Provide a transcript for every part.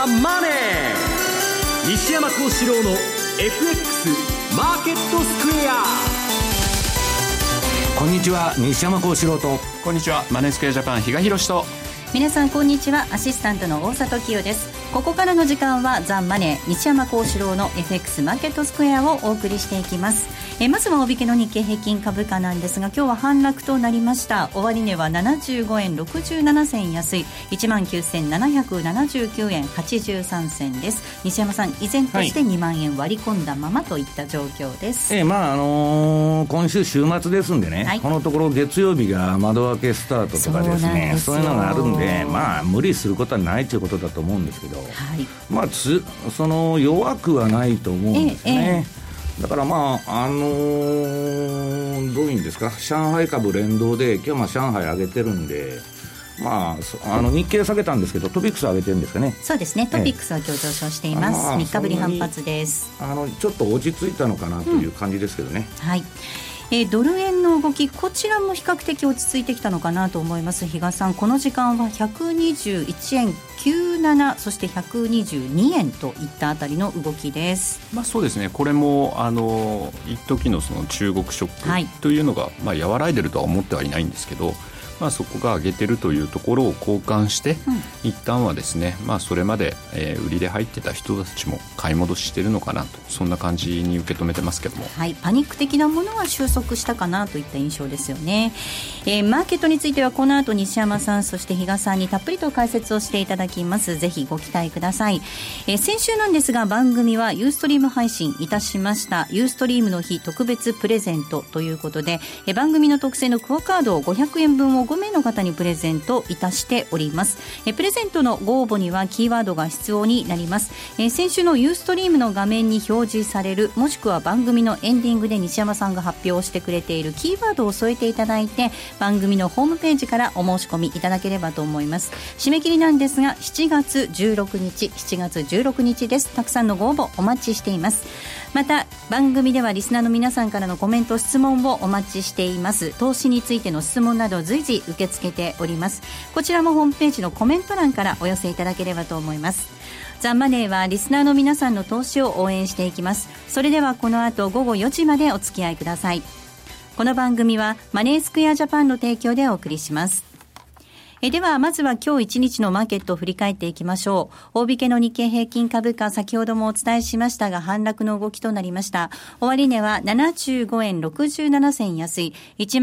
マネー」西山幸四郎の FX マーケットスクエア。 こんにちは、西山幸四郎と。 こんにちは、マネースクエアジャパン比嘉宏と。 皆さんこんにちは、アシスタントの大里清です。ここからの時間はザ・マネー西山幸四郎の FX マーケットスクエアをお送りしていきます。まずは大引けの日経平均株価なんですが、今日は反落となりました。終値は75円67銭安い 19,779 円83銭です。西山さん、依然として2万円割り込んだままといった状況です。 今週週末ですんでね、はい、このところ月曜日が窓開けスタートとかですね、そういうのがあるんで、無理することはないということだと思うんですけど、はい、その弱くはないと思うんですよね。だからどういうんですか、上海株連動で今日上海上げてるんで、日経下げたんですけどトピックス上げてるんですかね。 そうですね、トピックスは今日上昇しています。3日ぶり反発です。 ちょっと落ち着いたのかなという感じですけどね、 はい。ドル円の動き、こちらも比較的落ち着いてきたのかなと思います。比嘉さん、この時間は121円97、そして122円といったあたりの動きです。 そうですね、これも一時のその中国ショックというのが、和らいでるとは思ってはいないんですけど、そこが上げてるというところを交換して、一旦はですね、それまで、売りで入ってた人たちも買い戻ししてるのかなと、そんな感じに受け止めてますけども、 はい、パニック的なものは収束したかなといった印象ですよね。マーケットについてはこの後西山さん、そして比嘉さんにたっぷりと解説をしていただきます。ぜひご期待ください。先週なんですが、番組はユーストリーム配信いたしました。ユーストリームの日特別プレゼントということで、番組の特製のクオカードを500円分を5名の方にプレゼントいたしております。プレゼントのご応募にはキーワードが必要になります。先週のユーストリームの画面に表示される、もしくは番組のエンディングで西山さんが発表してくれているキーワードを添えていただいて、番組のホームページからお申し込みいただければと思います。締め切りなんですが7月16日です。たくさんのご応募お待ちしています。また番組ではリスナーの皆さんからのコメント質問をお待ちしています。投資についての質問など随時受け付けております。こちらもホームページのコメント欄からお寄せいただければと思います。ザ・マネーはリスナーの皆さんの投資を応援していきます。それではこの後午後4時までお付き合いください。この番組はマネースクエアジャパンの提供でお送りします。ではまずは今日一日のマーケットを振り返っていきましょう。大引けの日経平均株価、先ほどもお伝えしましたが反落の動きとなりました。終値は75円67銭安い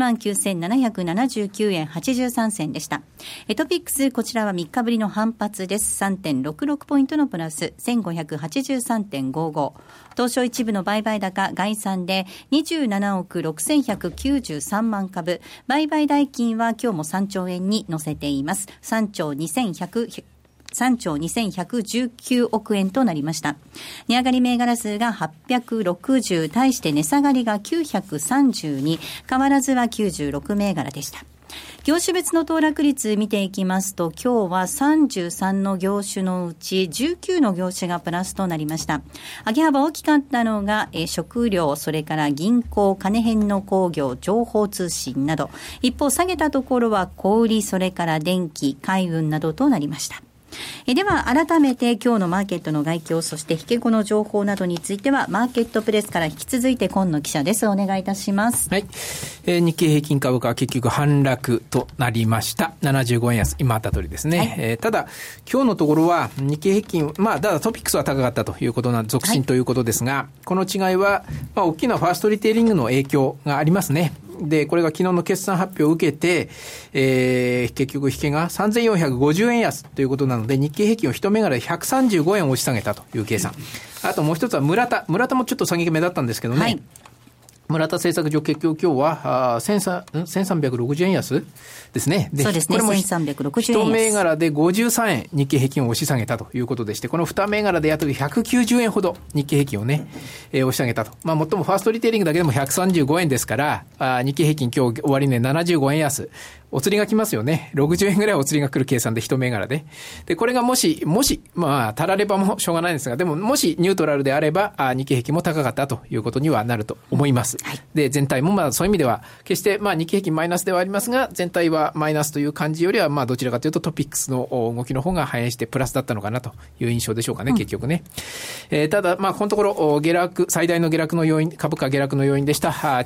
19,779 円83銭でした。トピックス、こちらは3日ぶりの反発です。 3.66 ポイントのプラス 1583.55。 東証一部の売買高概算で27億6193万株、売買代金は今日も3兆円に乗せています。3兆2119億円となりました。値上がり銘柄数が860、対して値下がりが932、変わらずは96銘柄でした。業種別の騰落率見ていきますと、今日は33の業種のうち19の業種がプラスとなりました。上げ幅大きかったのが食料、それから銀行、金編の工業、情報通信など。一方下げたところは小売、それから電気、海運などとなりました。では改めて今日のマーケットの概況、そして引け後の情報などについてはマーケットプレスから引き続いて今野記者です。お願いいたします。 はい、日経平均株価は結局反落となりました。75円安、今あった通りですね。はい、ただ今日のところは日経平均、ただトピックスは高かったということな続伸ということですが、この違いは、大きなファーストリテイリングの影響がありますね。で、これが昨日の決算発表を受けて、結局引けが3450円安ということなので、日経平均を一銘柄で135円押し下げたという計算。あともう一つは村田もちょっと下げ目だったんですけどね。はい、村田製作所結局今日は1360円安ですね。 そうですね。これも1360円安。 一銘柄で53円日経平均を押し下げたということでして、この二銘柄でやっと190円ほど日経平均をね、押し上げたと。最もファーストリテイリングだけでも135円ですから、日経平均今日終値75円安。 お釣りが来ますよね。60円ぐらいお釣りが来る計算で一銘柄で。で、これがもし、まあ、たらればもしょうがないんですが、でも、もしニュートラルであれば、日経平均も高かったということにはなると思います。はい、で、全体もまあ、そういう意味では、決して、まあ、日経平均マイナスではありますが、全体はマイナスという感じよりは、まあ、どちらかというとトピックスの動きの方が反映してプラスだったのかなという印象でしょうかね、結局ね。ただ、まあ、このところ、最大の下落の要因、株価下落の要因でした、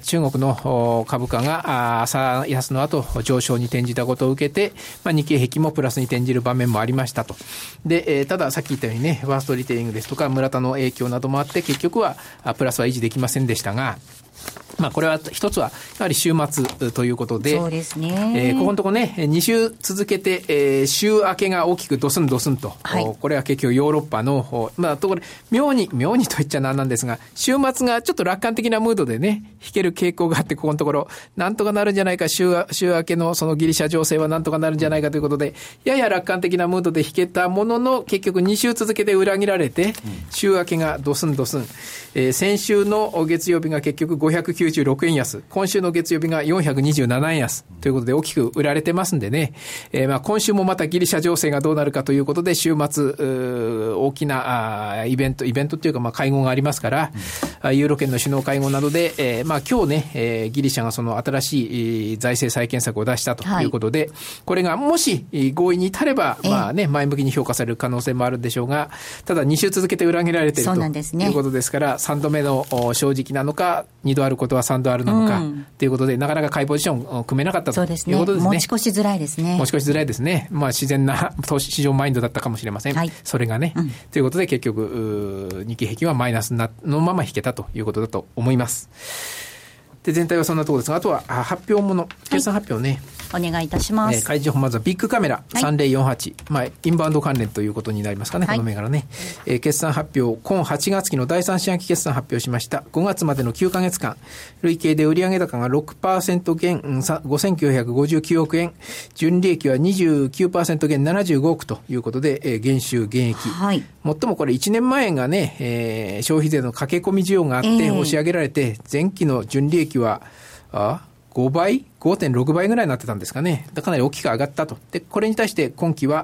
中国の株価が、朝安の後、上昇に転じたことを受けて、まあ、日経平均もプラスに転じる場面もありましたと。で、たださっき言ったようにね、ワーストリテイリングですとか村田の影響などもあって結局はプラスは維持できませんでしたが、まあ、これは一つはやはり週末ということで、 そうですね、 ここのところね2週続けて、週明けが大きくドスンドスンと、はい、これは結局ヨーロッパの、まあ、ところ妙にと言っちゃなんなんですが、週末がちょっと楽観的なムードでね引ける傾向があって、ここのところなんとかなるんじゃないか、週明けのそのギリシャ情勢はなんとかなるんじゃないかということで、やや楽観的なムードで引けたものの、結局2週続けて裏切られて、週明けがドスンドスン、先週の月曜日が結局596円安、今週の月曜日が427円安ということで大きく売られてますんでね、まあ今週もまたギリシャ情勢がどうなるかということで、週末大きなイベントっていうか、まあ会合がありますから、ユーロ圏の首脳会合などで、まあ今日ね、ギリシャがその新しい財政再建策を出したということで、はい、これがもし合意に至れば、まあね、前向きに評価される可能性もあるんでしょうが、ただ2週続けて裏切られているということですから、3度目の正直なのか、2度あることは3度あるのかということで、なかなか買いポジションを組めなかったということですね。 持ち越しづらいですね。 持ち越しづらいですね。まあ自然な投資市場マインドだったかもしれません。はい、それがね、ということで結局日経平均はマイナスのまま引けたということだと思います。で、全体はそんなところですが、あとは発表もの、決算発表ね、 お願いいたします。 開示情報、まずはビッグカメラ3048、まあ、インバウンド関連ということになりますかね、この銘柄ね。決算発表、今8月期の第3四半期決算発表しました。5月までの9ヶ月間、累計で売上高が 6% 減、5959億円、純利益は 29% 減75億ということで、減収減益。はい、もっともこれ1年前がね、消費税の駆け込み需要があって押し上げられて、前期の純利益は、5倍 ?5.6 倍ぐらいになってたんですかね。かなり大きく上がったと。で、これに対して今期は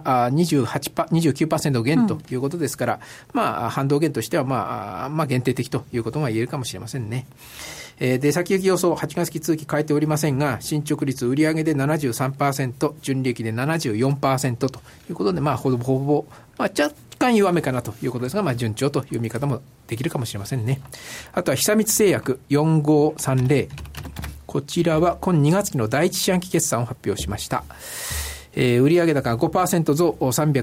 29% 減ということですから、まあ、反動減としてはまあ限定的ということが言えるかもしれませんね。で、先行き予想、8月期通期変えておりませんが、進捗率売上で 73%、純利益で 74% ということで、まあ、ほぼ、まあ、若干弱めかなということですが、まあ、順調という見方もできるかもしれませんね。あとは、久光製薬4530。こちらは今2月期の第一四半期決算を発表しました。売上高 5% 増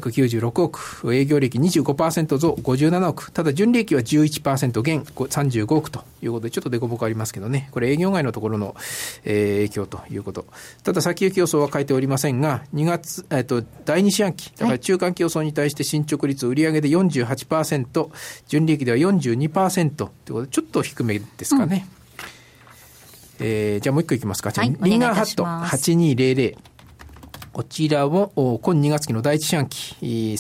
396億、営業利益 25% 増57億、ただ純利益は 11% 減35億ということで、ちょっとデコボコありますけどね、これ営業外のところの、影響ということ。ただ先行き予想は書いておりませんが、2月、第2四半期、だから中間期予想に対して進捗率売上で 48%、純利益では 42% ということで、ちょっと低めですかね。じゃあもう一個いきますか。リンガーハット8200。こちらを今2月期の第一四半期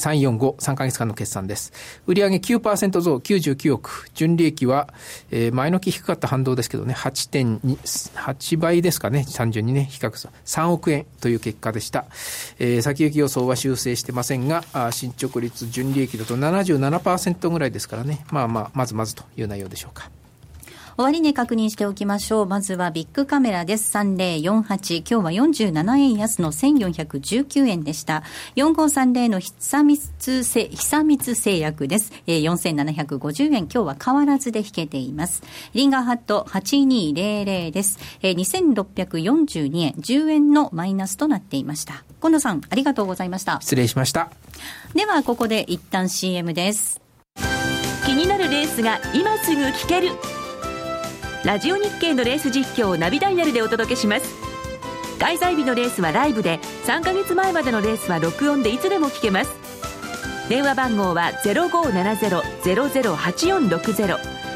345、3ヶ月間の決算です。売上 9% 増99億。純利益は、前の期低かった反動ですけどね、8倍ですかね、単純にね、比較すると3億円という結果でした。先行き予想は修正してませんが、進捗率純利益だと 77% ぐらいですからね、まずまずという内容でしょうか。 終値確認しておきましょう。まずはビッグカメラです。3048、今日は47円安の1419円でした。4530の久光製薬です。4750円、今日は変わらずで引けています。リンガーハット8200です。2642円、10円のマイナスとなっていました。近藤さん、ありがとうございました。 失礼しました。 ではここで一旦 CM です。 気になるレースが今すぐ聞ける。ラジオ日経のレース実況をナビダイヤルでお届けします。開催日のレースはライブで、3ヶ月前までのレースは録音でいつでも聞けます。電話番号は 0570-008460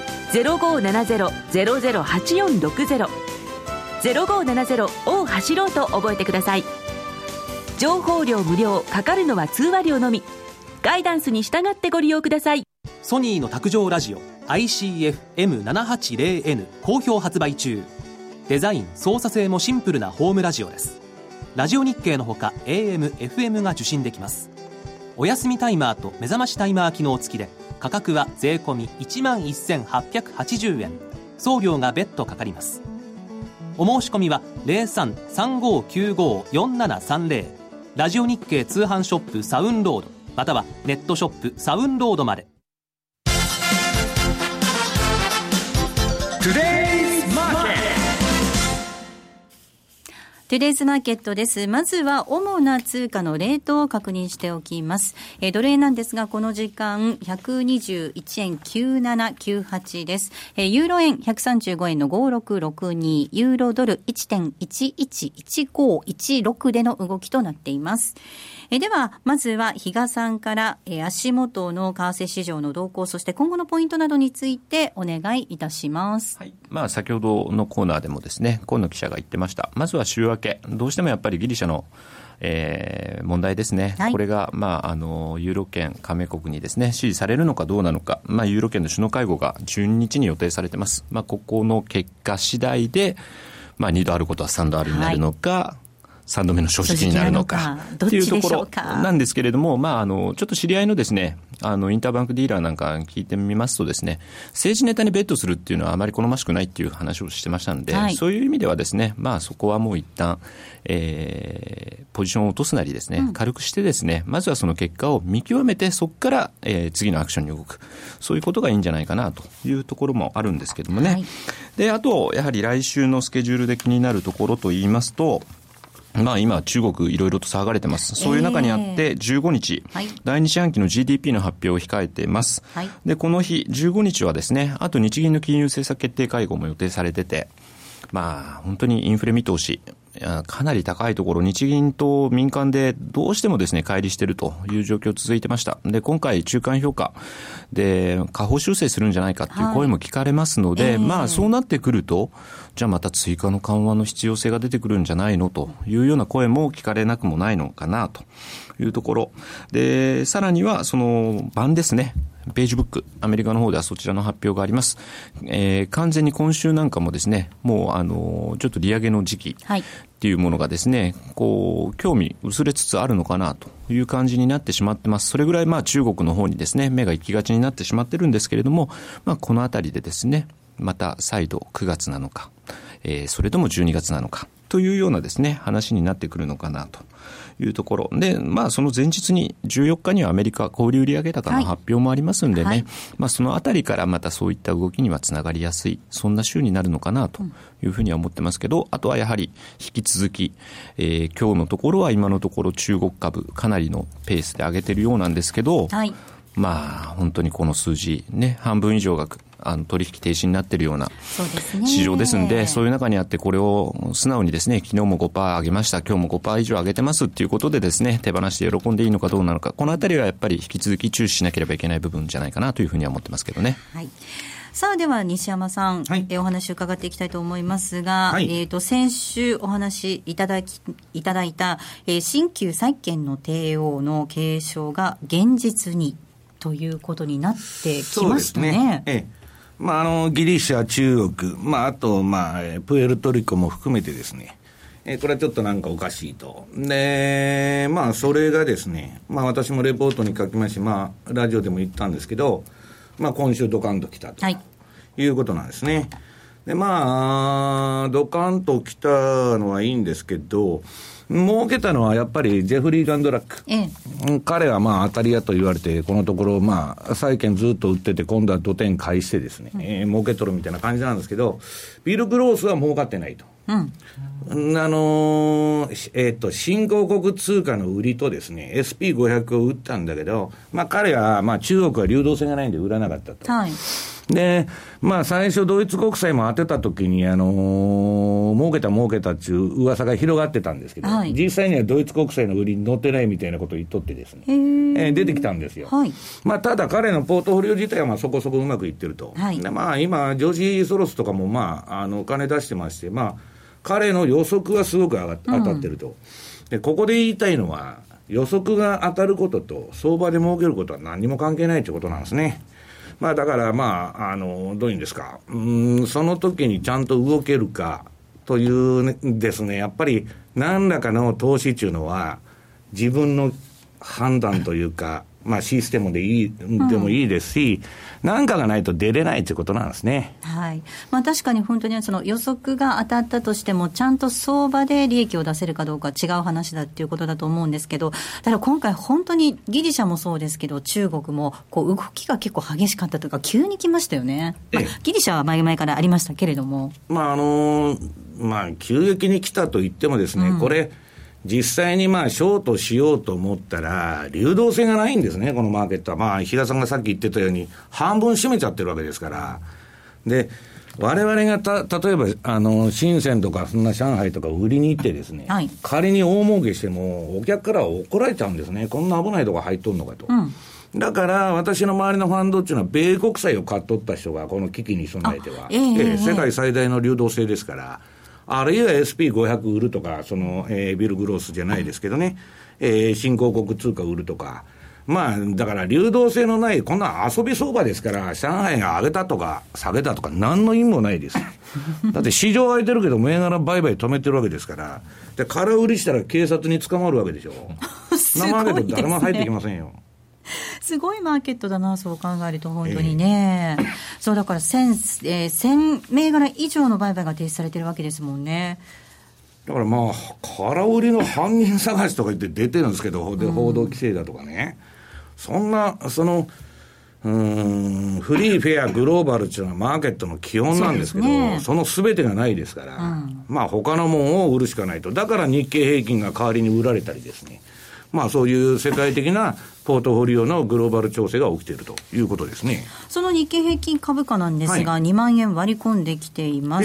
0570-008460 0570を走ろうと覚えてください。情報料無料、かかるのは通話料のみ。ガイダンスに従ってご利用ください。 ソニーの卓上ラジオ ICF-M780N 好評発売中。デザイン操作性もシンプルなホームラジオです。 ラジオ日経のほか AM、FM が受信できます。お休みタイマーと目覚ましタイマー機能付きで価格は税込み 11,880 円、送料が別途かかります。お申し込みは 03-3595-4730 ラジオ日経通販ショップサウンロードまたはネットショップサウンロードまで。 トゥデイズマーケットです。まずは主な通貨のレートを確認しておきます。ドル円なんですがこの時間121円9798です。ユーロ円135円の5662、ユーロドル 1.111516 での動きとなっています。ではまずは比嘉さんから足元の為替市場の動向、そして今後のポイントなどについてお願いいたします。 はい、先ほどのコーナーでもですね、河野記者が言ってました。まずは週明け、どうしてもやっぱりギリシャの問題ですね、はい、これが、ユーロ圏加盟国にですね支持されるのかどうなのか、ユーロ圏の首脳会合が12日に予定されています。ここの結果次第で、2度あることは3度あるになるのか、はい、3度目の正直になるのかっていうところなんですけれども、ちょっと知り合いのですね、インターバンクディーラーなんか聞いてみますとですね、政治ネタにベットするっていうのはあまり好ましくないっていう話をしてましたので、はい、そういう意味ではですね、そこはもう一旦、ポジションを落とすなりですね、軽くしてですね、まずはその結果を見極めて、そこから、次のアクションに動く、そういうことがいいんじゃないかなというところもあるんですけどもね、はい、であとやはり来週のスケジュールで気になるところといいますと、今中国いろいろと騒がれてます。そういう中にあって15日、はい、第2四半期の GDP の発表を控えています、はい、でこの日15日はですね、あと日銀の金融政策決定会合も予定されてて、本当にインフレ見通しかなり高いところ、日銀と民間でどうしてもですね乖離しているという状況続いてました。で今回中間評価で下方修正するんじゃないかっていう声も聞かれますので、そうなってくると、じゃあまた追加の緩和の必要性が出てくるんじゃないのというような声も聞かれなくもないのかなというところで、さらにはその晩ですね、ページブック、アメリカの方ではそちらの発表があります。完全に今週なんかもですね、もうちょっと利上げの時期っていうものがですね、興味薄れつつあるのかなという感じになってしまってます。それぐらい中国の方にですね目が行きがちになってしまってるんですけれども、このあたりでですね、また再度9月なのか、それとも12月なのかというようなですね話になってくるのかなというところで、その前日に14日にはアメリカ小売売上高の発表もありますんでね、はい、そのあたりからまたそういった動きにはつながりやすい、そんな週になるのかなというふうには思ってますけど、あとはやはり引き続き、今日のところは今のところ中国株かなりのペースで上げてるようなんですけど、はい、本当にこの数字ね、半分以上が取引停止になっているような市場ですんで、そういう中にあってこれを素直にですね、昨日も 5% 上げました、今日も 5% 以上上げてますっていうことでですね、手放して喜んでいいのかどうなのか、このあたりはやっぱり引き続き注視しなければいけない部分じゃないかなというふうには思ってますけどね。はい、 さあでは西山さん、はい、お話を伺っていきたいと思いますが、はい、先週お話いただいた、新旧債券の帝王の継承が現実にということになってきましたね。 ギリシャ、中国、あと、プエルトリコも含めてですね、これはちょっとなんかおかしいと。で、それがですね、私もレポートに書きまして、ラジオでも言ったんですけど、今週ドカンと来たと、いうことなんですね。で、ドカンと来たのはいいんですけど、儲けたのはやっぱりジェフリー・ガンドラック、彼は当たり屋と言われて、このところ債券ずっと売ってて、今度は土点買いしてですね、儲けとるみたいな感じなんですけど、ビル・グロースは儲かってないと。新興国通貨の売りとですね SP500 を売ったんだけど、彼は中国は流動性がないんで売らなかったと。はい、で最初ドイツ国債も当てた時に儲けたっていう噂が広がってたんですけど、はい、実際にはドイツ国債の売りに乗ってないみたいなことを言っとってですね、出てきたんですよ。はい、ただ彼のポートフォリオ自体はそこそこうまくいってると。はい、で今ジョージ・ソロスとかもお金出してまして、彼の予測はすごく当たってると。でここで言いたいのは、予測が当たることと相場で儲けることは何にも関係ないということなんですね。だからどういうんですか、その時にちゃんと動けるか、 というですね、やっぱり何らかの投資というのは自分の判断というか、まあ、システムでもいいですし、何かがないと出れないということなんですね。 はい。まあ、確かに本当にその予測が当たったとしても、ちゃんと相場で利益を出せるかどうか違う話だっていうことだと思うんですけど、ただ今回本当にギリシャもそうですけど、中国もこう動きが結構激しかったというか、急に来ましたよね。まあ、ギリシャは前々からありましたけれども。 まあまあ、急激に来たと言ってもですね、これ、実際にまあショートしようと思ったら流動性がないんですね、このマーケットは。まあ比嘉さんがさっき言ってたように半分占めちゃってるわけですから。で我々が例えば深センとかそんな上海とか売りに行ってですね、はい、仮に大儲けしてもお客からは怒られちゃうんですね。こんな危ないとこ入っとんのかと、だから私の周りのファンドっていうのは米国債を買っとった人がこの危機に備えては、世界最大の流動性ですから、あるいは SP500 売るとか、ビルグロースじゃないですけどね、新興国通貨売るとか、まあ、だから流動性のない、こんな遊び相場ですから、上海が上げたとか下げたとか、何の意味もないです。だって市場空いてるけど、銘柄売買止めてるわけですから、で、空売りしたら警察に捕まるわけでしょ。生マーケット誰も入ってきませんよ。 すごいマーケットだな、そう考えると本当にね、そうだから1000銘柄以上の売買が停止されてるわけですもんね。 だからまあ空売りの犯人探しとか言って出てるんですけど、で報道規制だとかね、そんなフリーフェアグローバルっていうのはマーケットの基本なんですけど、その全てがないですから、まあ他のものを売るしかないと。だから日経平均が代わりに売られたりですね、まあそういう世界的なポートフォリオのグローバル調整が起きているということですね。 その日経平均株価なんですが、はい、2万円割り込んできています。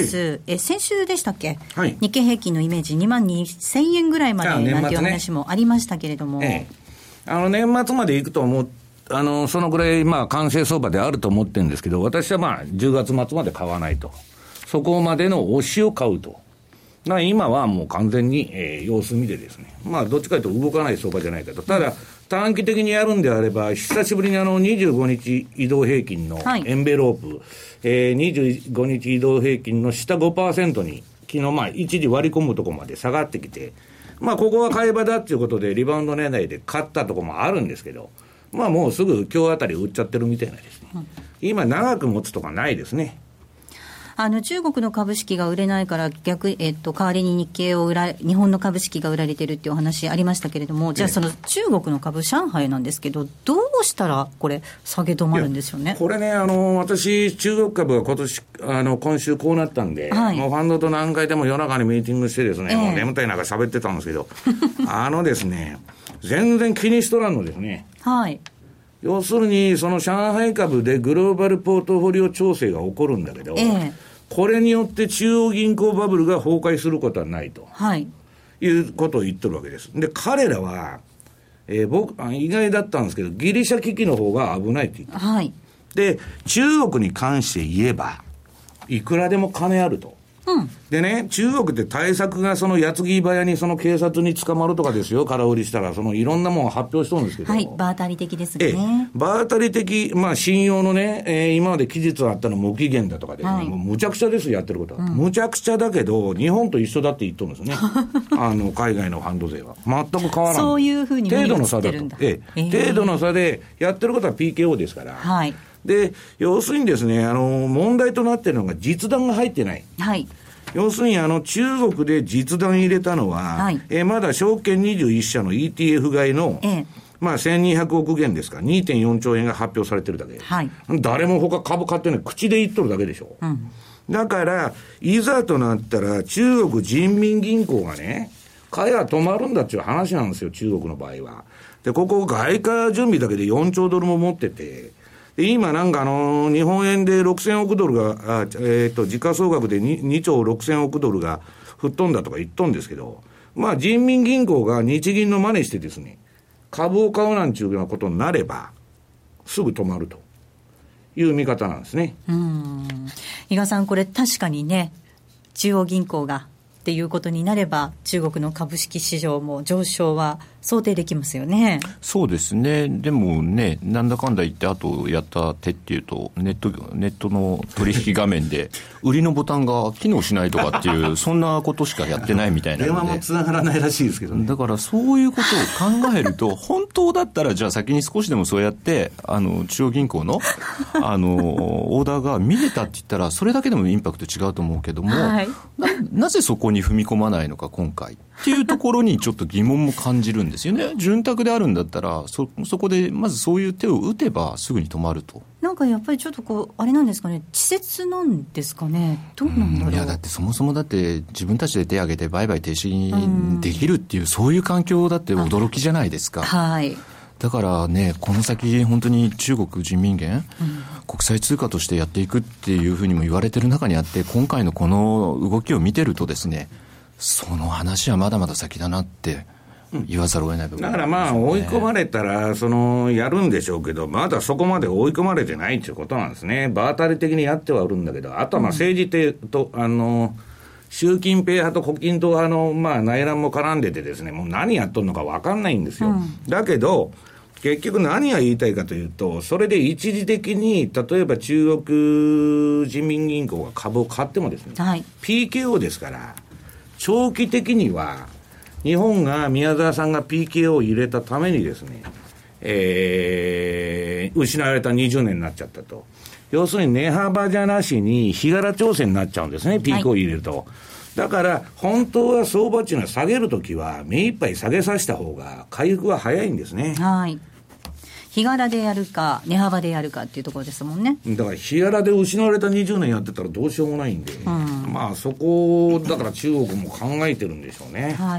先週でしたっけ、はい、日経平均のイメージ2万2000円ぐらいまでなんていう話もありましたけれども、 年末までいくと思う、そのぐらいまあ完成相場であると思ってるんですけど、私はまあ10月末まで買わないと、そこまでの押しを買うと。今はもう完全に、様子見でですね、まあどっちかというと動かない相場じゃないかと。ただ短期的にやるんであれば、久しぶりに25日移動平均のエンベロープ、25日移動平均の下 5% に昨日まあ一時割り込むところまで下がってきて、まあここは買い場だっていうことでリバウンド狙いで買ったところもあるんですけど、まあもうすぐ今日あたり売っちゃってるみたいなですね、今長く持つとかないですね。 中国の株式が売れないから代わりに日本の株式が売られてるっていうお話ありましたけれども、じゃあその中国の株、上海なんですけど、どうしたらこれ下げ止まるんですよね。 これね、私中国株が今週こうなったんで、はい、もうファンドと何回でも夜中にミーティングしてですね、もう眠たい中喋ってたんですけどですね、全然気にしとらんのですね。 はい。 要するにその上海株でグローバルポートフォリオ調整が起こるんだけど、これによって中央銀行バブルが崩壊することはないと、はい、いうことを言ってるわけです。で、彼らは、僕意外だったんですけど、ギリシャ危機の方が危ないって言ってる、はい、で中国に関して言えばいくらでも金あると、でね、中国って対策がその矢継ぎ早にその警察に捕まるとかですよ、空売りしたらいろんなものを発表してるんですけど、 はい、場当たり的ですね。 場当たり的、まあ信用のね、今まで期日があったの無期限だとかで、もうむちゃくちゃですやってることは、むちゃくちゃだけど日本と一緒だって言っとるんですよね海外のファンド税は全く変わらない。 そういうふうに程度の差だと、程度の差でやってることは PKO ですから、はい、で要するにですね、問題となっているのが実弾が入ってない、はい、要するに中国で実弾入れたのは、はい、まだ証券21社の ETF 買いの、まあ1200億元ですか、2.4 兆円が発表されてるだけ、はい、誰も他株買ってない、口で言っとるだけでしょ、だからいざとなったら中国人民銀行がね、買いは止まるんだっていう話なんですよ、中国の場合は。でここ外貨準備だけで4兆ドルも持ってて、で今なんか日本円で6000億ドルが時価総額で 2兆6000億ドルが吹っ飛んだとか言っとんですけど、まあ人民銀行が日銀の真似してですね、株を買うなんていうようなことになればすぐ止まるという見方なんですね。 比嘉さん、これ確かにね、中央銀行がっていうことになれば、中国の株式市場も上昇は想定できますよね。 そうですね。でもね、なんだかんだ言ってあとやった手っていうと、ネットの取引画面で売りのボタンが機能しないとかっていうそんなことしかやってないみたいなので、 電話もつながらないらしいですけどね。 だからそういうことを考えると本当だったらじゃあ先に少しでもそうやって中央銀行のオーダーが見れたって言ったらそれだけでもインパクト違うと思うけども、はい、なぜそこに踏み込まないのか今回っていうところにちょっと疑問も感じるんですよね。潤沢であるんだったら そこでまずそういう手を打てばすぐに止まると。 なんかやっぱりちょっとあれなんですかね、稚拙なんですかね、どうなんだろう。 いやだってそもそもだって自分たちで手を挙げて売買停止できるっていうそういう環境だって驚きじゃないですか。 はい。 だからね、この先本当に中国人民元、国際通貨としてやっていくっていうふうにも言われてる中にあって、今回のこの動きを見てるとですね、その話はまだまだ先だなって言わざるを得ない部分、 だからまあ追い込まれたらやるんでしょうけど、まだそこまで追い込まれてないということなんですね。場当たり的にやってはあるんだけど、あとはまあ政治と習近平派と胡錦涛派の内乱も絡んでてですね、もう何やっとんのか分かんないんですよ。だけど結局何が言いたいかというと、それで一時的に例えば中国人民銀行が株を買ってもですね、はい、PKO ですから長期的には日本が宮沢さんが PKO を入れたためにですね、失われた20年になっちゃったと。要するに値幅じゃなしに日柄調整になっちゃうんですね、PKO を入れると、はい、だから本当は相場っていうのは下げるときは目いっぱい下げさせた方が回復は早いんですね。 はい。日柄でやるか値幅でやるかっていうところですもんね。 だから日柄で失われた20年やってたらどうしようもないんで、まあそこだから中国も考えてるんでしょうね。 はい、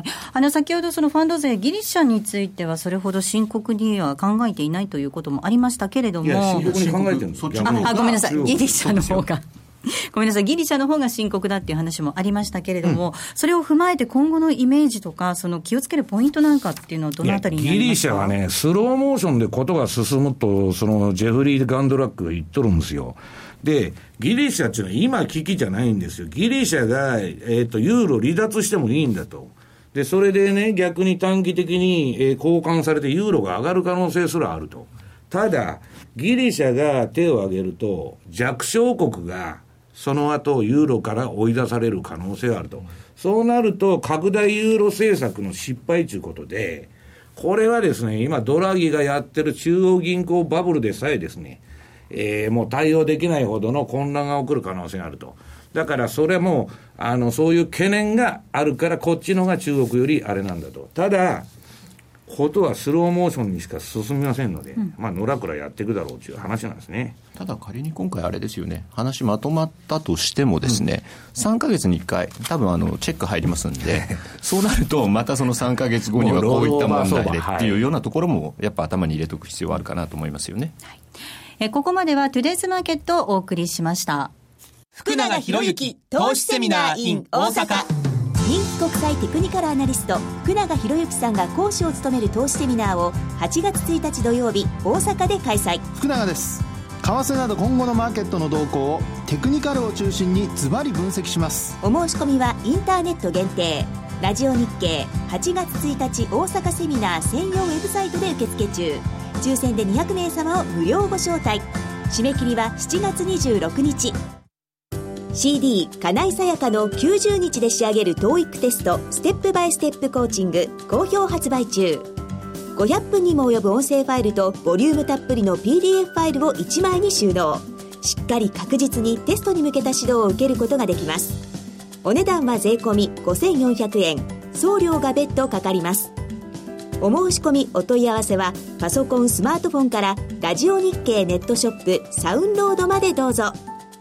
先ほどそのファンド税ギリシャについてはそれほど深刻には考えていないということもありましたけれども、いや深刻に考えてるんです。 ごめんなさい、ギリシャの方がごめんなさい、ギリシャの方が深刻だっていう話もありましたけれども、それを踏まえて今後のイメージとか気をつけるポイントなんかっていうのはどのあたりになりますか。 ギリシャはね、スローモーションでことが進むとジェフリー・ガンドラックが言っとるんですよ。でギリシャっていうのは今危機じゃないんですよ。ギリシャが、ユーロ離脱してもいいんだと。でそれでね、逆に短期的に、交換されてユーロが上がる可能性すらあると。ただギリシャが手を挙げると弱小国がその後ユーロから追い出される可能性があると。そうなると拡大ユーロ政策の失敗ということで、これはですね、今ドラギがやってる中央銀行バブルでさえですね、もう対応できないほどの混乱が起こる可能性があると。だからそれもそういう懸念があるからこっちのが中国よりあれなんだと。ただことはスローモーションにしか進みませんので、のらくらやっていくだろうという話なんですね。 ただ仮に今回あれですよね、話まとまったとしてもですね、3ヶ月に1回多分チェック入りますんでそうなるとまたその3ヶ月後にはこういった問題でっていうようなところもやっぱ頭に入れておく必要はあるかなと思いますよね。 はい、ここまではトゥデイズマーケットをお送りしました。 福永博之投資セミナー in 大阪。 人気国際テクニカルアナリスト福永博之さんが講師を務める投資セミナーを8月1日土曜日大阪で開催。 福永です。為替など今後のマーケットの動向をテクニカルを中心にズバリ分析します。 お申し込みはインターネット限定。ラジオ日経8月1日大阪セミナー専用ウェブサイトで受付中。抽選で200名様を無料ご招待。締め切りは7月26日。CD 金井さやかの90日で仕上げる TOEIC テストステップバイステップコーチング好評発売中。500分にも及ぶ音声ファイルとボリュームたっぷりの PDF ファイルを1枚に収納。しっかり確実にテストに向けた指導を受けることができます。お値段は税込み5400円、送料が別途かかります。お申し込みお問い合わせはパソコンスマートフォンからラジオ日経ネットショップサウンロードまでどうぞ。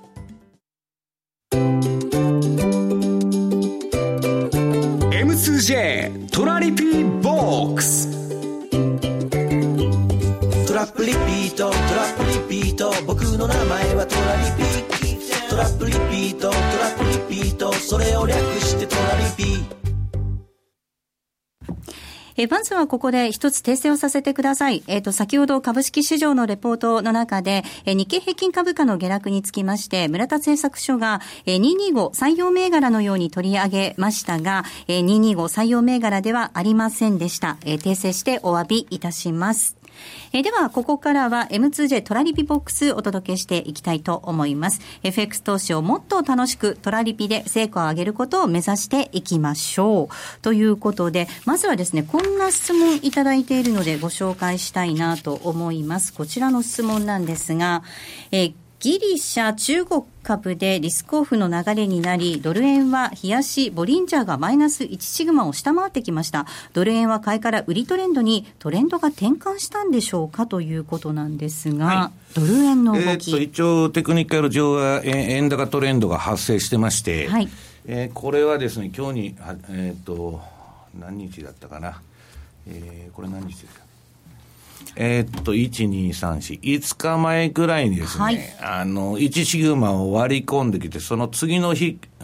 M2J トラリピーボックス。 トラップリピートトラップリピート、僕の名前はトラリピ。トラップリピートトラップリピート、それを略してトラリピ。 まずはここで一つ訂正をさせてください。先ほど株式市場のレポートの中で、日経平均株価の下落につきまして、村田製作所が、225採用銘柄のように取り上げましたが、225採用銘柄ではありませんでした。訂正してお詫びいたします。ではここからは M2J トラリピボックスお届けしていきたいと思います。 FX 投資をもっと楽しくトラリピで成果を上げることを目指していきましょうということで、まずはですね、こんな質問いただいているのでご紹介したいなと思います。こちらの質問なんですが、ギリシャ中国株でリスクオフの流れになり、ドル円は冷やしボリンジャーがマイナス1シグマを下回ってきました。ドル円は買いから売りトレンドにトレンドが転換したんでしょうかということなんですが、はい、ドル円の動き、 一応テクニカル上は円高トレンドが発生してまして、はい、これはですね、今日に何日だったかな、これ何日ですか、1、2、3、4、5日前ぐらいにですね、はい、1シグマを割り込んできて、その次の日、こ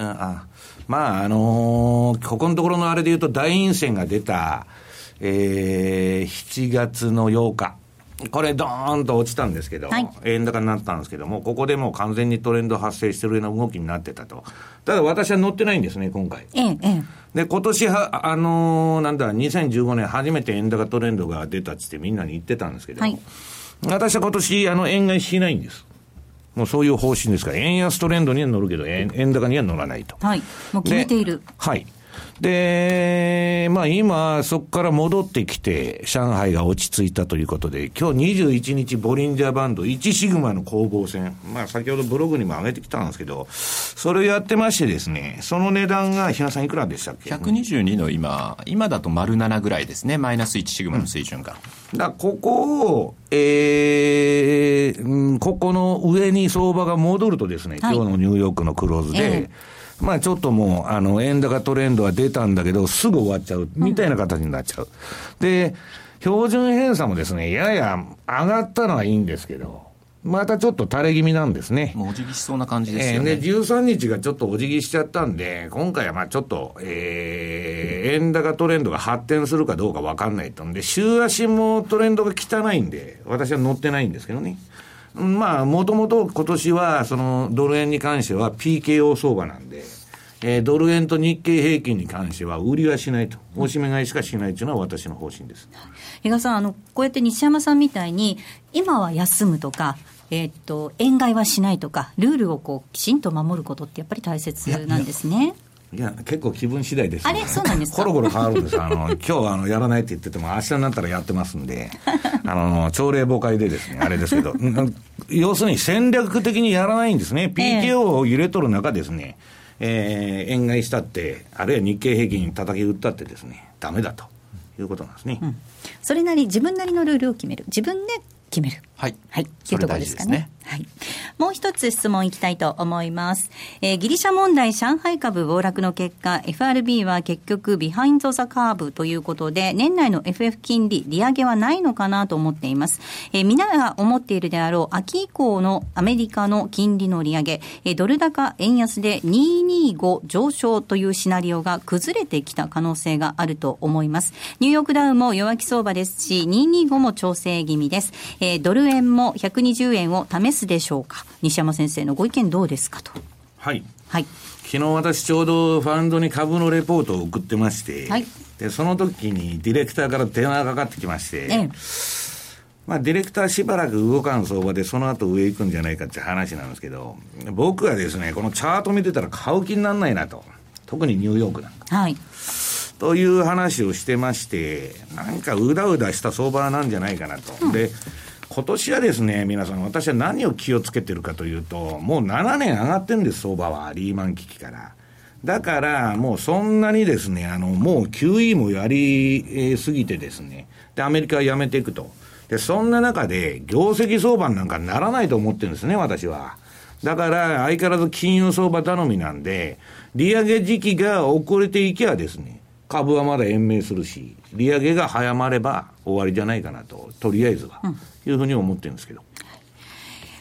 このところのあれで言うと、大陰線が出た、7月の8日。これドーンと落ちたんですけど、はい、円高になったんですけども、ここでもう完全にトレンド発生してるような動きになってたと。ただ私は乗ってないんですね、今回。で、今年は、2015年初めて円高トレンドが出たってみんなに言ってたんですけど、はい、私は今年、円買いしないんです。もうそういう方針ですから、円安トレンドには乗るけど、円高には乗らないと。 はい。もう決めている。 はい。で、今、そこから戻ってきて、上海が落ち着いたということで、今日21日、ボリンジャーバンド、1シグマの攻防戦。先ほどブログにも上げてきたんですけど、それをやってましてですね、その値段が、比嘉さんいくらでしたっけ？ 122 の今だと丸7ぐらいですね、マイナス1シグマの水準が。 だここを、ここの上に相場が戻るとですね、今日のニューヨークのクローズで、ちょっともう、円高トレンドは出たんだけど、すぐ終わっちゃう、みたいな形になっちゃう。で、標準偏差もですね、やや上がったのはいいんですけど、またちょっと垂れ気味なんですね。 もうお辞儀しそうな感じですよね。 で、13日がちょっとお辞儀しちゃったんで、今回はちょっと、円高トレンドが発展するかどうか分かんないとんで、週足もトレンドが汚いんで、私は乗ってないんですけどね。もともと今年は、そのドル円に関しては PKO 相場なんで、ドル円と日経平均に関しては売りはしないと、おしめ買いしかしないというのは私の方針です。 比嘉さん、こうやって西山さんみたいに、今は休むとか、円買いはしないとか、ルールをきちんと守ることってやっぱり大切なんですね。 いや、結構気分次第ですね。 あれ、そうなんですか？ コロコロ変わるんです。今日やらないって言ってても、明日になったらやってますんで、朝令暮改でですね、あれですけど、要するに戦略的にやらないんですね。PKO を入れとる中ですね、円買いしたって、あるいは日経平均に叩き打ったってですね、ダメだということなんですね。 それなり、自分なりのルールを決める。自分で決める。 はい。 はい。というところですかね。はい。もう一つ質問いきたいと思います。ギリシャ問題上海株暴落の結果、FRB は結局ビハインドザカーブということで、年内の FF 金利利上げはないのかなと思っています。皆が思っているであろう秋以降のアメリカの金利の利上げ、ドル高円安で225上昇というシナリオが崩れてきた可能性があると思います。ニューヨークダウも弱気相場ですし、225も調整気味です。ドル円も120円を試すでしょうか。西山先生のご意見どうですかと。 はい。 はい。 昨日私ちょうどファンドに株のレポートを送ってまして、はい、でその時にディレクターから電話がかかってきまして、ディレクターしばらく動かん相場でその後上行くんじゃないかって話なんですけど、僕はですね、このチャート見てたら買う気にならないなと。特にニューヨークなんか。 はい。 という話をしてまして、なんかうだうだした相場なんじゃないかなと。で、今年はですね、皆さん、私は何を気をつけてるかというと、もう7年上がってるんです、相場は。リーマン危機から。だから、もうそんなにですね、もう QE もやりすぎてですね、で、アメリカはやめていくと。で、そんな中で、業績相場なんかならないと思ってるんですね、私は。だから、相変わらず金融相場頼みなんで、利上げ時期が遅れていけばですね、株はまだ延命するし、利上げが早まれば終わりじゃないかなと、とりあえずは、いうふうに思ってるんですけど。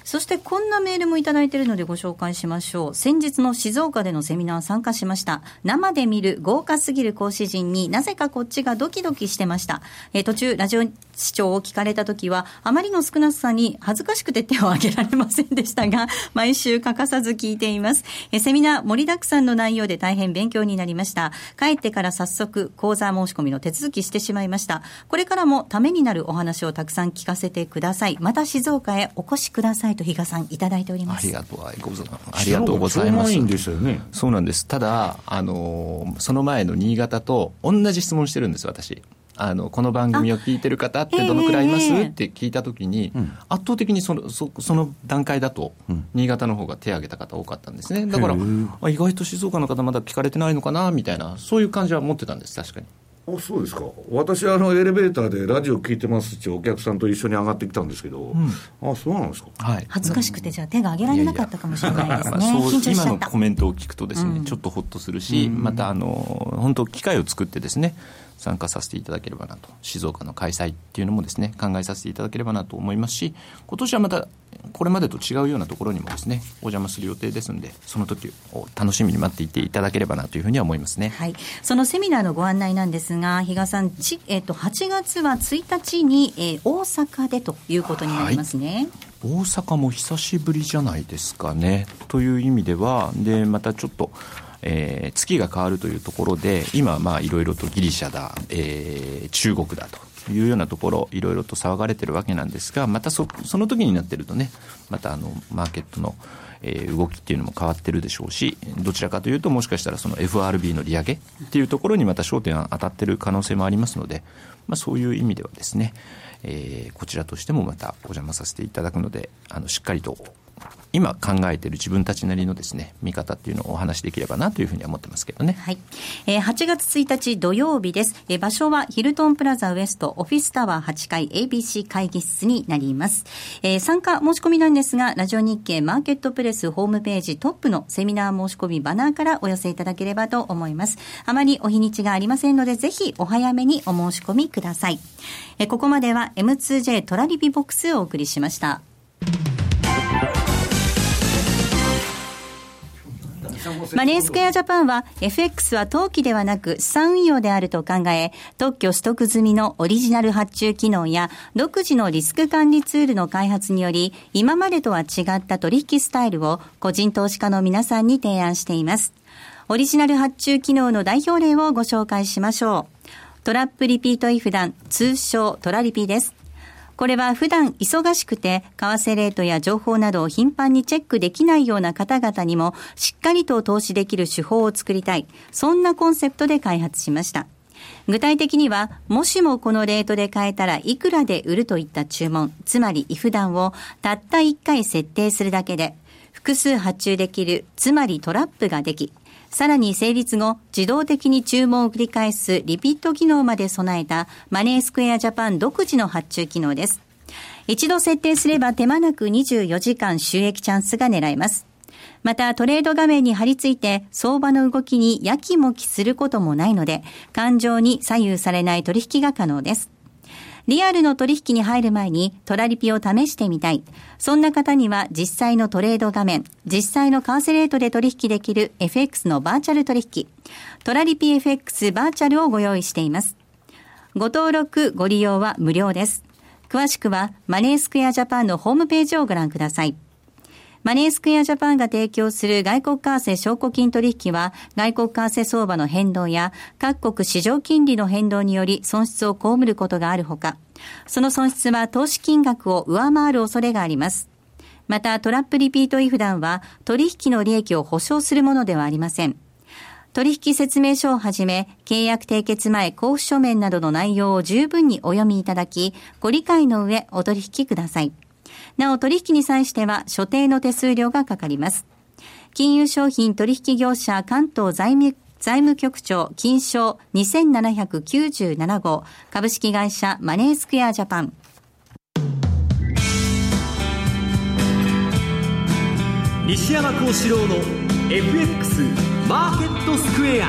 そしてこんなメールもいただいているのでご紹介しましょう。先日の静岡でのセミナー参加しました。生で見る豪華すぎる講師陣になぜかこっちがドキドキしてました。途中ラジオ視聴を聞かれた時はあまりの少なさに恥ずかしくて手を挙げられませんでしたが、毎週欠かさず聞いています。セミナー盛りだくさんの内容で大変勉強になりました。帰ってから早速講座申し込みの手続きしてしまいました。これからもためになるお話をたくさん聞かせてください。また静岡へお越しくださいと比嘉さんいただいております。 ありがとうございます。 いいんですよね。 そうなんです。ただその前の新潟と同じ質問してるんです私。この番組を聞いてる方ってどのくらいいます、って聞いたときに、圧倒的にその段階だと、新潟の方が手を挙げた方多かったんですね。だから意外と静岡の方まだ聞かれてないのかなみたいな、そういう感じは持ってたんです。確かに。 あ、そうですか。私エレベーターでラジオ聞いてますってお客さんと一緒に上がってきたんですけど、あ、そうなんですか。 はい、恥ずかしくてじゃあ手が挙げられなかったかもしれないですね。緊張しちゃった。 今のコメントを聞くとですね、ちょっとほっとするし、また本当機会を作ってですね参加させていただければなと、静岡の開催っていうのもですね考えさせていただければなと思いますし、今年はまたこれまでと違うようなところにもですねお邪魔する予定ですので、その時を楽しみに待っていていただければなというふうには思いますね。 はい、そのセミナーのご案内なんですが、比嘉さん、8月は1日に、大阪でということになりますね。 はい、大阪も久しぶりじゃないですかね。という意味ではでまたちょっと月が変わるというところで、今いろいろとギリシャだ、中国だというようなところいろいろと騒がれてるわけなんですが、またその時になってるとね、またマーケットの、動きっていうのも変わってるでしょうし、どちらかというともしかしたらその FRB の利上げっていうところにまた焦点が当たってる可能性もありますので、そういう意味ではですね、こちらとしてもまたお邪魔させていただくので、しっかりと今考えている自分たちなりのですね見方っていうのをお話しできればなというふうには思ってますけどね。 はい、8月1日土曜日です。場所はヒルトンプラザウエストオフィスタワー8階 ABC 会議室になります。参加申し込みなんですが、ラジオ日経マーケットプレスホームページトップのセミナー申し込みバナーからお寄せいただければと思います。あまりお日にちがありませんので、ぜひお早めにお申し込みください。ここまでは M2J トラリピボックスをお送りしました。マネースクエアジャパンは FX は投機ではなく資産運用であると考え、特許取得済みのオリジナル発注機能や独自のリスク管理ツールの開発により、今までとは違った取引スタイルを個人投資家の皆さんに提案しています。オリジナル発注機能の代表例をご紹介しましょう。トラップリピートイフダン、通称トラリピです。これは普段忙しくて為替レートや情報などを頻繁にチェックできないような方々にもしっかりと投資できる手法を作りたい、そんなコンセプトで開発しました。具体的には、もしもこのレートで買えたらいくらで売るといった注文、つまりイフダンをたった1回設定するだけで複数発注できる、つまりトラップができ、さらに成立後自動的に注文を繰り返すリピート機能まで備えたマネースクエアジャパン独自の発注機能です。一度設定すれば手間なく24時間収益チャンスが狙えます。またトレード画面に貼り付いて相場の動きにやきもきすることもないので、感情に左右されない取引が可能です。リアルの取引に入る前にトラリピを試してみたい、そんな方には実際のトレード画面、実際の為替レートで取引できる FX のバーチャル取引、トラリピ FX バーチャルをご用意しています。ご登録ご利用は無料です。詳しくはマネースクエアジャパンのホームページをご覧ください。マネースクエアジャパンが提供する外国為替証拠金取引は、外国為替相場の変動や各国市場金利の変動により損失を被ることがあるほか、その損失は投資金額を上回る恐れがあります。またトラップリピートイフダンは取引の利益を保証するものではありません。取引説明書をはじめ、契約締結前交付書面などの内容を十分にお読みいただき、ご理解の上お取引ください。なお取引に際しては所定の手数料がかかります。金融商品取引業者関東財務局長金商2797号株式会社マネースクエアジャパン。 西山幸四郎の FX マーケットスクエア。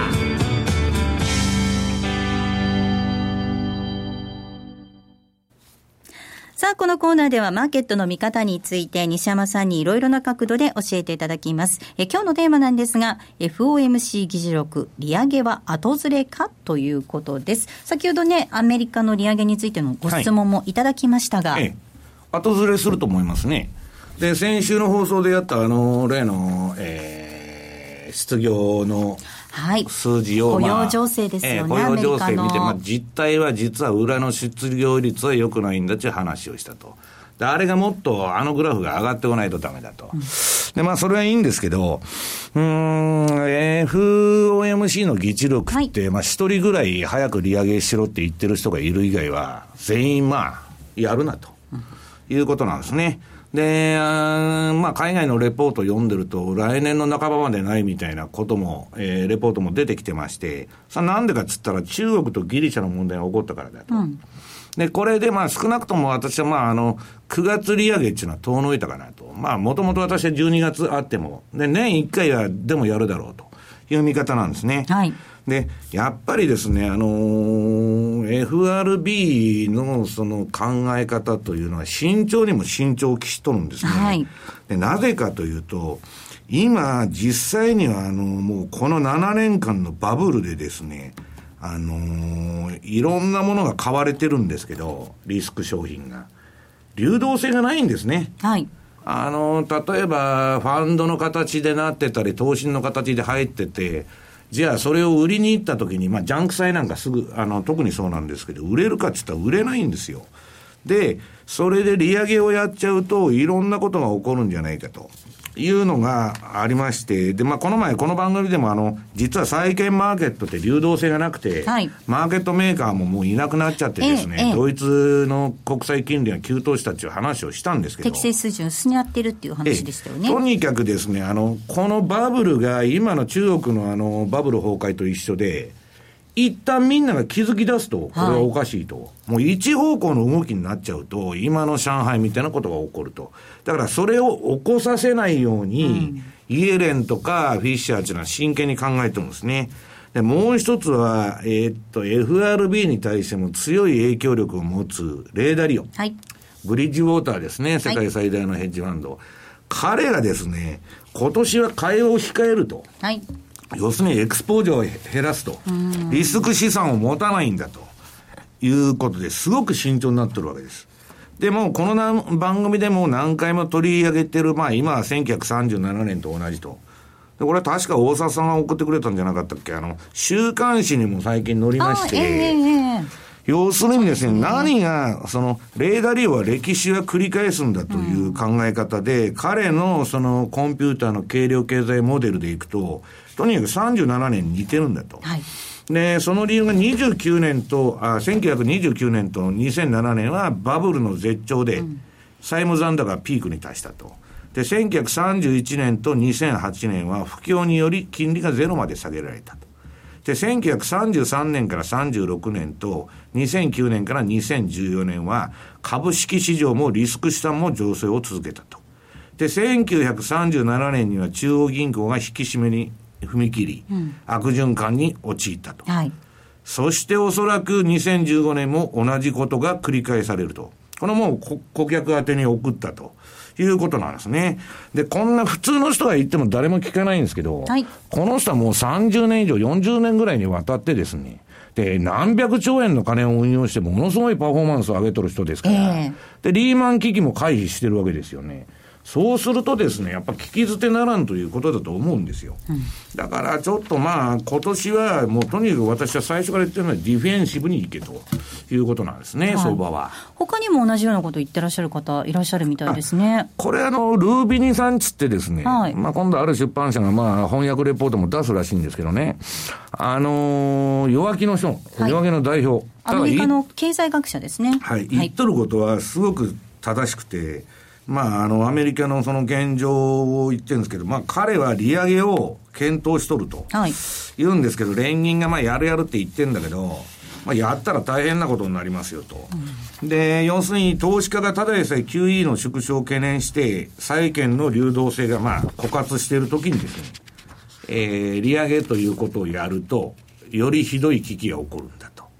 さあ、このコーナーではマーケットの見方について西山さんにいろいろな角度で教えていただきます。今日のテーマなんですが、 FOMC 議事録、利上げは後ずれかということです。先ほどね、アメリカの利上げについてのご質問もいただきましたが、 後ずれすると思いますね。で、先週の放送でやった例の、失業の数字を、 雇用情勢ですよね、 雇用情勢見て、実態は実は裏の失業率は良くないんだという話をしたと。で、あれがもっとグラフが上がってこないとダメだと。で、それはいいんですけど、FOMC の議事録って、一人ぐらい早く利上げしろって言ってる人がいる以外は、全員やるなということなんですね。で、海外のレポートを読んでると、来年の半ばまでないみたいなことも、レポートも出てきてまして、なんでかっつったら中国とギリシャの問題が起こったからだと。で、これで少なくとも私は9月利上げっていうのは遠のいたかなと。もともと私は12月あっても、で、年1回はでもやるだろうという見方なんですね。はい。で、やっぱりですね、FRB のその考え方というのは慎重にも慎重を期しとるんですね。はい。で、なぜかというと、今、実際にはもうこの7年間のバブルでですね、いろんなものが買われてるんですけど、リスク商品が。流動性がないんですね。はい。例えば、ファンドの形でなってたり、投資の形で入ってて、じゃあそれを売りに行った時に、ジャンク債なんかすぐ、特にそうなんですけど、売れるかって言ったら売れないんですよ。で、それで利上げをやっちゃうと、いろんなことが起こるんじゃないかというのがありまして、で、この前この番組でも実は債券マーケットって流動性がなくて、はい、マーケットメーカーももういなくなっちゃってですね、ドイツの国債金利が急騰したっていう話をしたんですけど、 適正水準薄になってるっていう話でしたよね。 とにかくですね、このバブルが今の中国のバブル崩壊と一緒で、一旦みんなが気づき出すと、これはおかしいと。もう一方向の動きになっちゃうと、今の上海みたいなことが起こると。だからそれを起こさせないように、イエレンとかフィッシャーっていうのは真剣に考えてるんですね。で、もう一つは、FRB に対しても強い影響力を持つレーダリオ。はい。ブリッジウォーターですね。世界最大のヘッジファンド。はい、彼がですね、今年は買いを控えると。はい。要するにエクスポージャーを減らすと。リスク資産を持たないんだということですごく慎重になってるわけです。でもこの番組でも何回も取り上げてる、今は1937年と同じと。で、これは確か大沢さんが送ってくれたんじゃなかったっけ、週刊誌にも最近載りまして、要するにですね、何が、レーダリオは歴史は繰り返すんだという考え方で、彼のコンピューターの計量経済モデルでいくと、とにかく37年に似てるんだと。はい。で、その理由が1929年と2007年はバブルの絶頂で、債務残高がピークに達したと。で、1931年と2008年は不況により金利がゼロまで下げられたと。で、1933年から36年と2009年から2014年は株式市場もリスク資産も上昇を続けたと。で、1937年には中央銀行が引き締めに踏み切り、悪循環に陥ったと。はい。そしておそらく2015年も同じことが繰り返されると。このもう顧客宛てに送ったということなんですね。で、こんな普通の人が言っても誰も聞かないんですけど、はい、この人はもう30年以上、40年ぐらいにわたってですね、で、何百兆円の金を運用してものすごいパフォーマンスを上げとる人ですから、で、リーマン危機も回避してるわけですよね。そうするとですね、やっぱ聞き捨てならんということだと思うんですよ。だからちょっと今年はもうとにかく私は最初から言ってるのはディフェンシブにいけということなんですね、はい、相場は。 他にも同じようなことを言ってらっしゃる方いらっしゃるみたいですね。 これルービニさんつってですね、はい、今度ある出版社が翻訳レポートも出すらしいんですけどね、弱気の人、はい、弱気の代表。 アメリカの経済学者ですね。 はい。言っとることはすごく正しくて、アメリカのその現状を言ってるんですけど、彼は利上げを検討しとると言うんですけど、連銀がやるって言ってんだけど、やったら大変なことになりますよと。で、要するに投資家がただでさえ QE の縮小を懸念して、債券の流動性が枯渇しているときにですね、利上げということをやると、よりひどい危機が起こるんだと。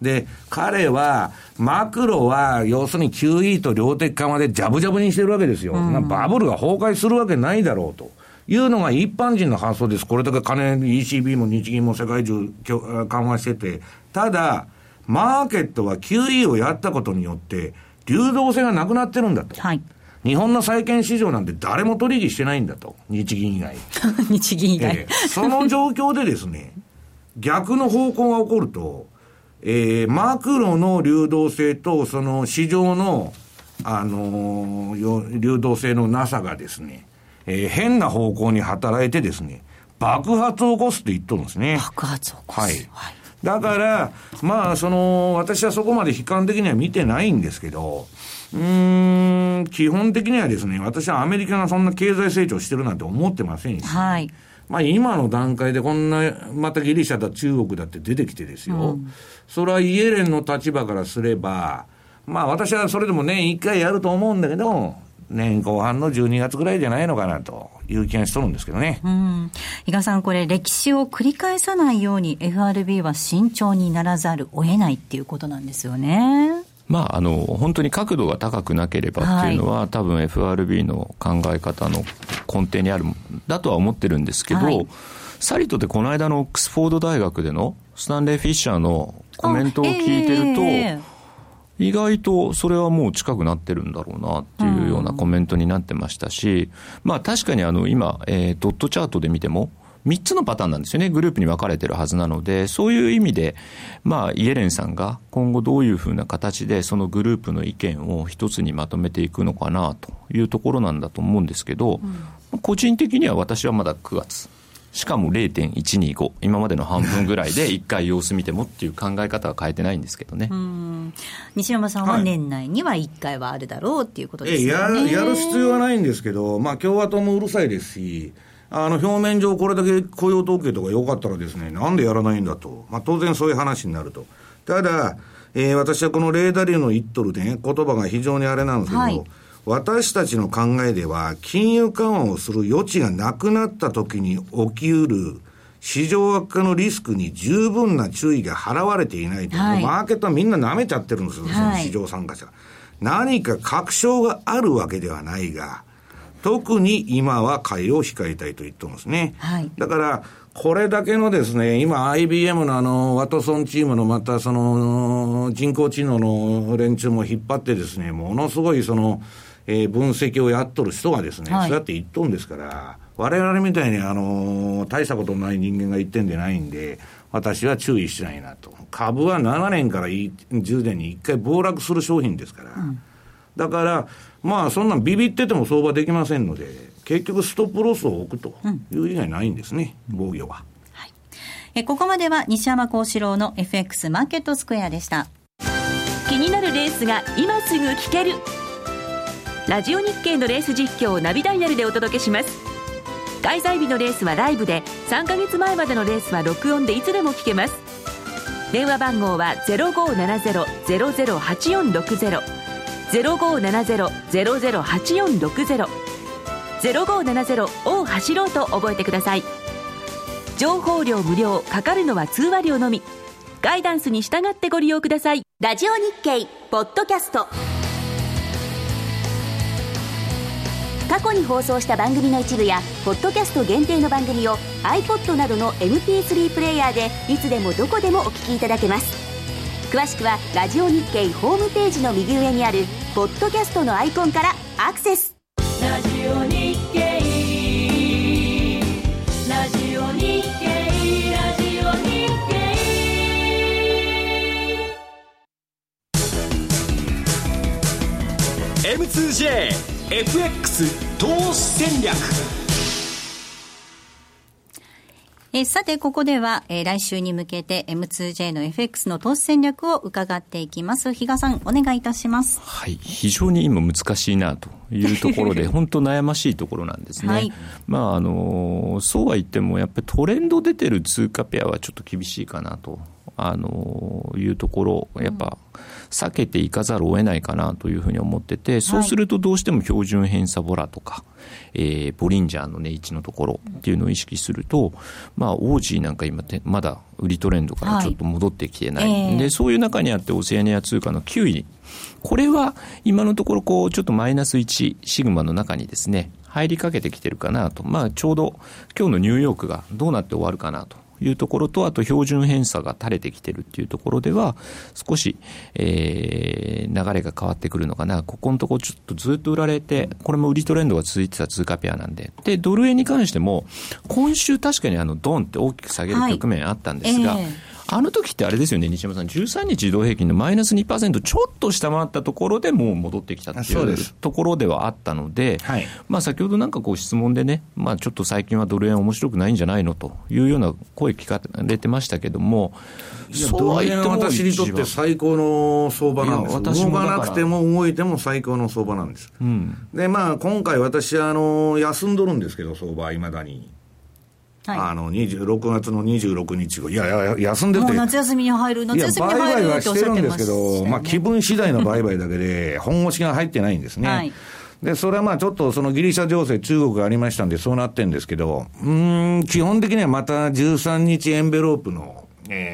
で、彼は、マクロは、要するに QE と量的緩和でジャブジャブにしてるわけですよ。バブルが崩壊するわけないだろうというのが一般人の発想です。これだけ金、ECB も日銀も世界中緩和してて、ただ、マーケットは QE をやったことによって、流動性がなくなってるんだと。はい。日本の債券市場なんて誰も取引してないんだと。日銀以外。 日銀以外。 その状況でですね、逆の方向が起こると、マクロの流動性とその市場の、流動性のなさがですね、変な方向に働いてですね、爆発を起こすって言っとるんですね。 爆発を起こす。はい。はい、 だから、まあ、私はそこまで悲観的には見てないんですけど、基本的にはですね、私はアメリカがそんな経済成長してるなんて思ってませんし、はい。まあ今の段階でこんな、またギリシャだ中国だって出てきてですよ。それはイエレンの立場からすれば、まあ私はそれでも年1回やると思うんだけど、年後半の12月ぐらいじゃないのかなという気がしとるんですけどね。 比嘉さん、これ歴史を繰り返さないように FRB は慎重にならざるを得ないっていうことなんですよね。 まあ、本当に角度が高くなければっていうのは、はい、多分 FRB の考え方の根底にあるだとは思ってるんですけど、はい、さりとてこの間のオックスフォード大学でのスタンレー・フィッシャーのコメントを聞いてると、意外とそれはもう近くなってるんだろうなっていうようなコメントになってましたし、まあ確かに今、ドットチャートで見ても3つのパターンなんですよね。グループに分かれてるはずなので、そういう意味で、まあイエレンさんが今後どういうふうな形でそのグループの意見を一つにまとめていくのかなというところなんだと思うんですけど、個人的には私はまだ9月。しかも 0.125 今までの半分ぐらいで1回様子見てもっていう考え方は変えてないんですけどね。 西山さんは年内には1回はあるだろうっていうことですよね。 やる必要はないんですけど、まあ共和党もうるさいですし、表面上これだけ雇用統計とか良かったらですね、なんでやらないんだと、まあ当然そういう話になると。ただ、私はこのレーダリーの言っとるね、言葉が非常にあれなんですけど、はい、私たちの考えでは金融緩和をする余地がなくなった時に起きうる市場悪化のリスクに十分な注意が払われていないと、はい、マーケットはみんな舐めちゃってるんですよ、その市場参加者、はい、何か確証があるわけではないが、特に今は買いを控えたいと言ってますね、はい、だからこれだけのですね、今 IBM のワトソンチームのまたその人工知能の連中も引っ張ってですね、ものすごいその分析をやっとる人がですね、はい、そうやって言っとんですから、我々みたいに大したことない人間が言ってんでないんで、私は注意しないなと。株は7年から10年に1回暴落する商品ですから、だからまあそんなんビビってても相場できませんので、結局ストップロスを置くという以外ないんですね、防御は。 はい、ここまでは西山幸四郎の FX マーケットスクエアでした。 気になるレースが今すぐ聞ける。ラジオ日経のレース実況をナビダイヤルでお届けします。開催日のレースはライブで、3ヶ月前までのレースは録音でいつでも聞けます。電話番号は 0570-008460 0570-008460 0570を走ろうと覚えてください。情報量無料、かかるのは通話料のみ。ガイダンスに従ってご利用ください。 ラジオ日経ポッドキャスト、過去に放送した番組の一部やポッドキャスト限定の番組を iPod などの MP3 プレイヤーでいつでもどこでもお聞きいただけます。詳しくはラジオ日経ホームページの右上にあるポッドキャストのアイコンからアクセス。 ラジオ日経、ラジオ日経、ラジオ日経 M2J FX 投資戦略。 さてここでは、来週に向けて M2J の FX の投資戦略を伺っていきます。比嘉さんお願いいたします。 はい、非常に今難しいなというところで本当悩ましいところなんですね、はい、まあそうは言ってもやっぱりトレンド出てる通貨ペアはちょっと厳しいかなというところやっぱ避けていかざるを得ないかなというふうに思ってて、そうするとどうしても標準偏差ボラとか、ボリンジャーの値位置のところっていうのを意識すると、まあ、オージーなんか今まだ売りトレンドからちょっと戻ってきてない、でそういう中にあってオセアニア通貨の9位、これは今のところこうちょっとマイナス1シグマの中にですね入りかけてきてるかなと、まあ、ちょうど今日のニューヨークがどうなって終わるかなというところと、あと標準偏差が垂れてきてるっていうところでは少し、流れが変わってくるのかな。ここのところちょっとずっと売られて、これも売りトレンドが続いてた通貨ペアなんで、でドル円に関しても今週確かにドンって大きく下げる局面あったんですが、あの時ってあれですよね、西山さん、13日移動平均のマイナス 2% ちょっと下回ったところでもう戻ってきたっていうところではあったので、まあ、先ほどなんかこう質問でね、まあ、ちょっと最近はドル円面白くないんじゃないのというような声聞かれてましたけども、 ドル円は私にとって最高の相場なんです。動かなくても動いても最高の相場なんです、でまあ今回私休んどるんですけど、相場はいまだに6月の26日後、いや休んでて、もう夏休みに入る、夏休みに入るっておっしゃってましたよね。売買はしてるんですけど、まあ、気分次第の売買だけで本腰が入ってないんですね、でそれはまあちょっとそのギリシャ情勢、中国がありましたんでそうなってるんですけど、基本的にはまた13日エンベロープの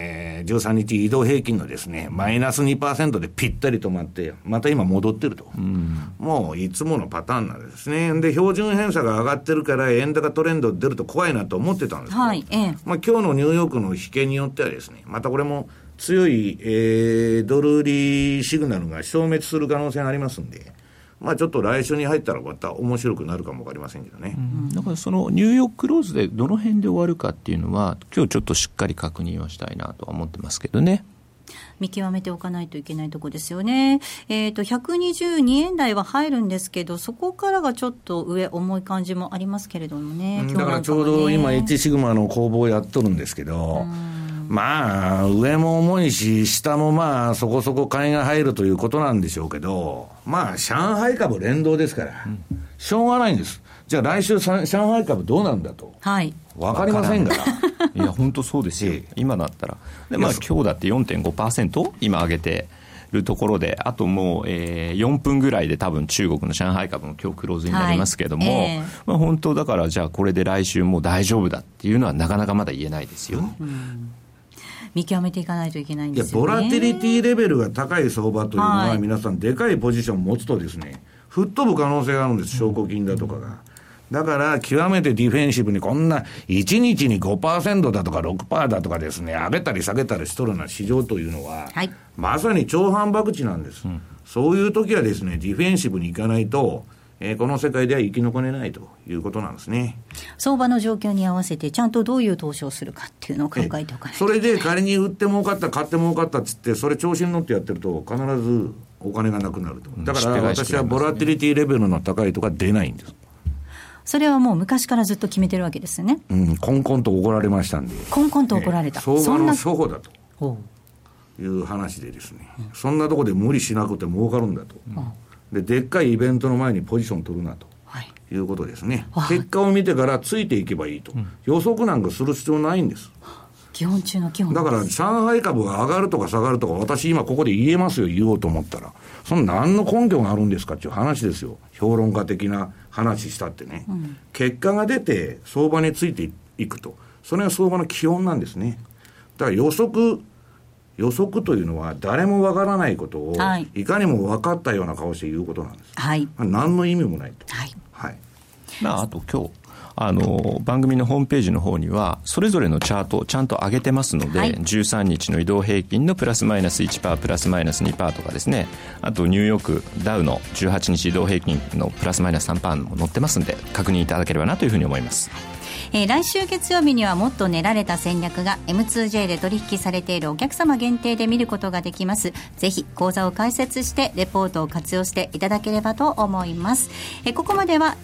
13日移動平均のですねマイナス 2% でぴったり止まってまた今戻ってると、もういつものパターンなんですね。で標準偏差が上がってるから円高トレンド出ると怖いなと思ってたんですけど、まあ、今日のニューヨークの引けによってはですね、またこれも強い、ドル売りシグナルが消滅する可能性がありますんで、まあ、ちょっと来週に入ったらまた面白くなるかもわかりませんけどね、 だからそのニューヨーククローズでどの辺で終わるかっていうのは今日ちょっとしっかり確認はしたいなとは思ってますけどね。 見極めておかないといけないところですよね。122円台は入るんですけど、そこからがちょっと上重い感じもありますけれどもね。 だからちょうど今1シグマの攻防をやっとるんですけど、まあ上も重いし下もまあそこそこ買いが入るということなんでしょうけど、まあ上海株連動ですから、しょうがないんです。じゃあ来週上海株どうなんだと、分かりませんからいや本当そうですよ、今だったらで、まあ、今日だって 4.5% 今上げてるところで、あともう、4分ぐらいで多分中国の上海株も今日クローズになりますけれども、まあ、本当だからじゃあこれで来週もう大丈夫だっていうのはなかなかまだ言えないですよね、 見極めていかないといけないんですよね。 ボラティリティレベルが高い相場というのは、皆さんでかいポジションを持つとですね吹っ飛ぶ可能性があるんです、証拠金だとかが。だから極めてディフェンシブにこんな1日に 5% だとか 6% だとかですね上げたり下げたりしとるような市場というのは、まさに超反博打なんです、そういう時はですねディフェンシブにいかないと、この世界では生き残れないということなんですね。 相場の状況に合わせてちゃんとどういう投資をするかっていうのを考えておかないと。 それで仮に売って儲かった買って儲かったっつってそれ調子に乗ってやってると必ずお金がなくなると。だから私はボラティリティレベルの高いとか出ないんです。 それはもう昔からずっと決めてるわけですよね。 コンコンと怒られましたんで。コンコンと怒られた。 相場の初歩だという話でですね、そんなとこで無理しなくて儲かるんだと、でっかいイベントの前にポジション取るなと、いうことですね。結果を見てからついていけばいいと、予測なんかする必要ないんです。 基本中の基本だから上海株が上がるとか下がるとか私今ここで言えますよ、言おうと思ったらその何の根拠があるんですかっていう話ですよ。評論家的な話したってね、結果が出て相場についていくと、それが相場の基本なんですね。だから予測というのは誰もわからないことを、いかにも分かったような顔して言うことなんです、何の意味もないと、 まあ、あと今日番組のホームページの方にはそれぞれのチャートをちゃんと上げてますので、13日の移動平均のプラスマイナス 1% プラスマイナス 2% とかですね、あとニューヨークダウの18日移動平均のプラスマイナス 3% も載ってますので確認いただければなというふうに思います。 来週月曜日にはもっと練られた戦略が M2J で取引されているお客様限定で見ることができます。ぜひ講座を開設してレポートを活用していただければと思います。ここまでは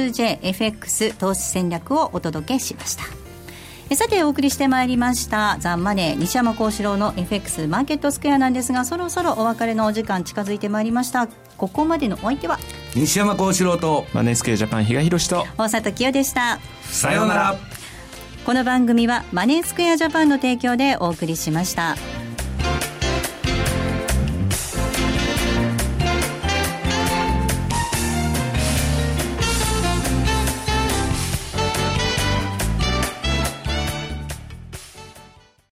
M2JFX 投資戦略をお届けしました。さてお送りしてまいりましたザ・マネー西山幸四郎の FX マーケットスクエアなんですが、そろそろお別れのお時間近づいてまいりました。ここまでのお相手は西山幸四郎とマネースクエアジャパン比嘉宏と大里清でした。 さようなら。 この番組はマネースクエアジャパンの提供でお送りしました。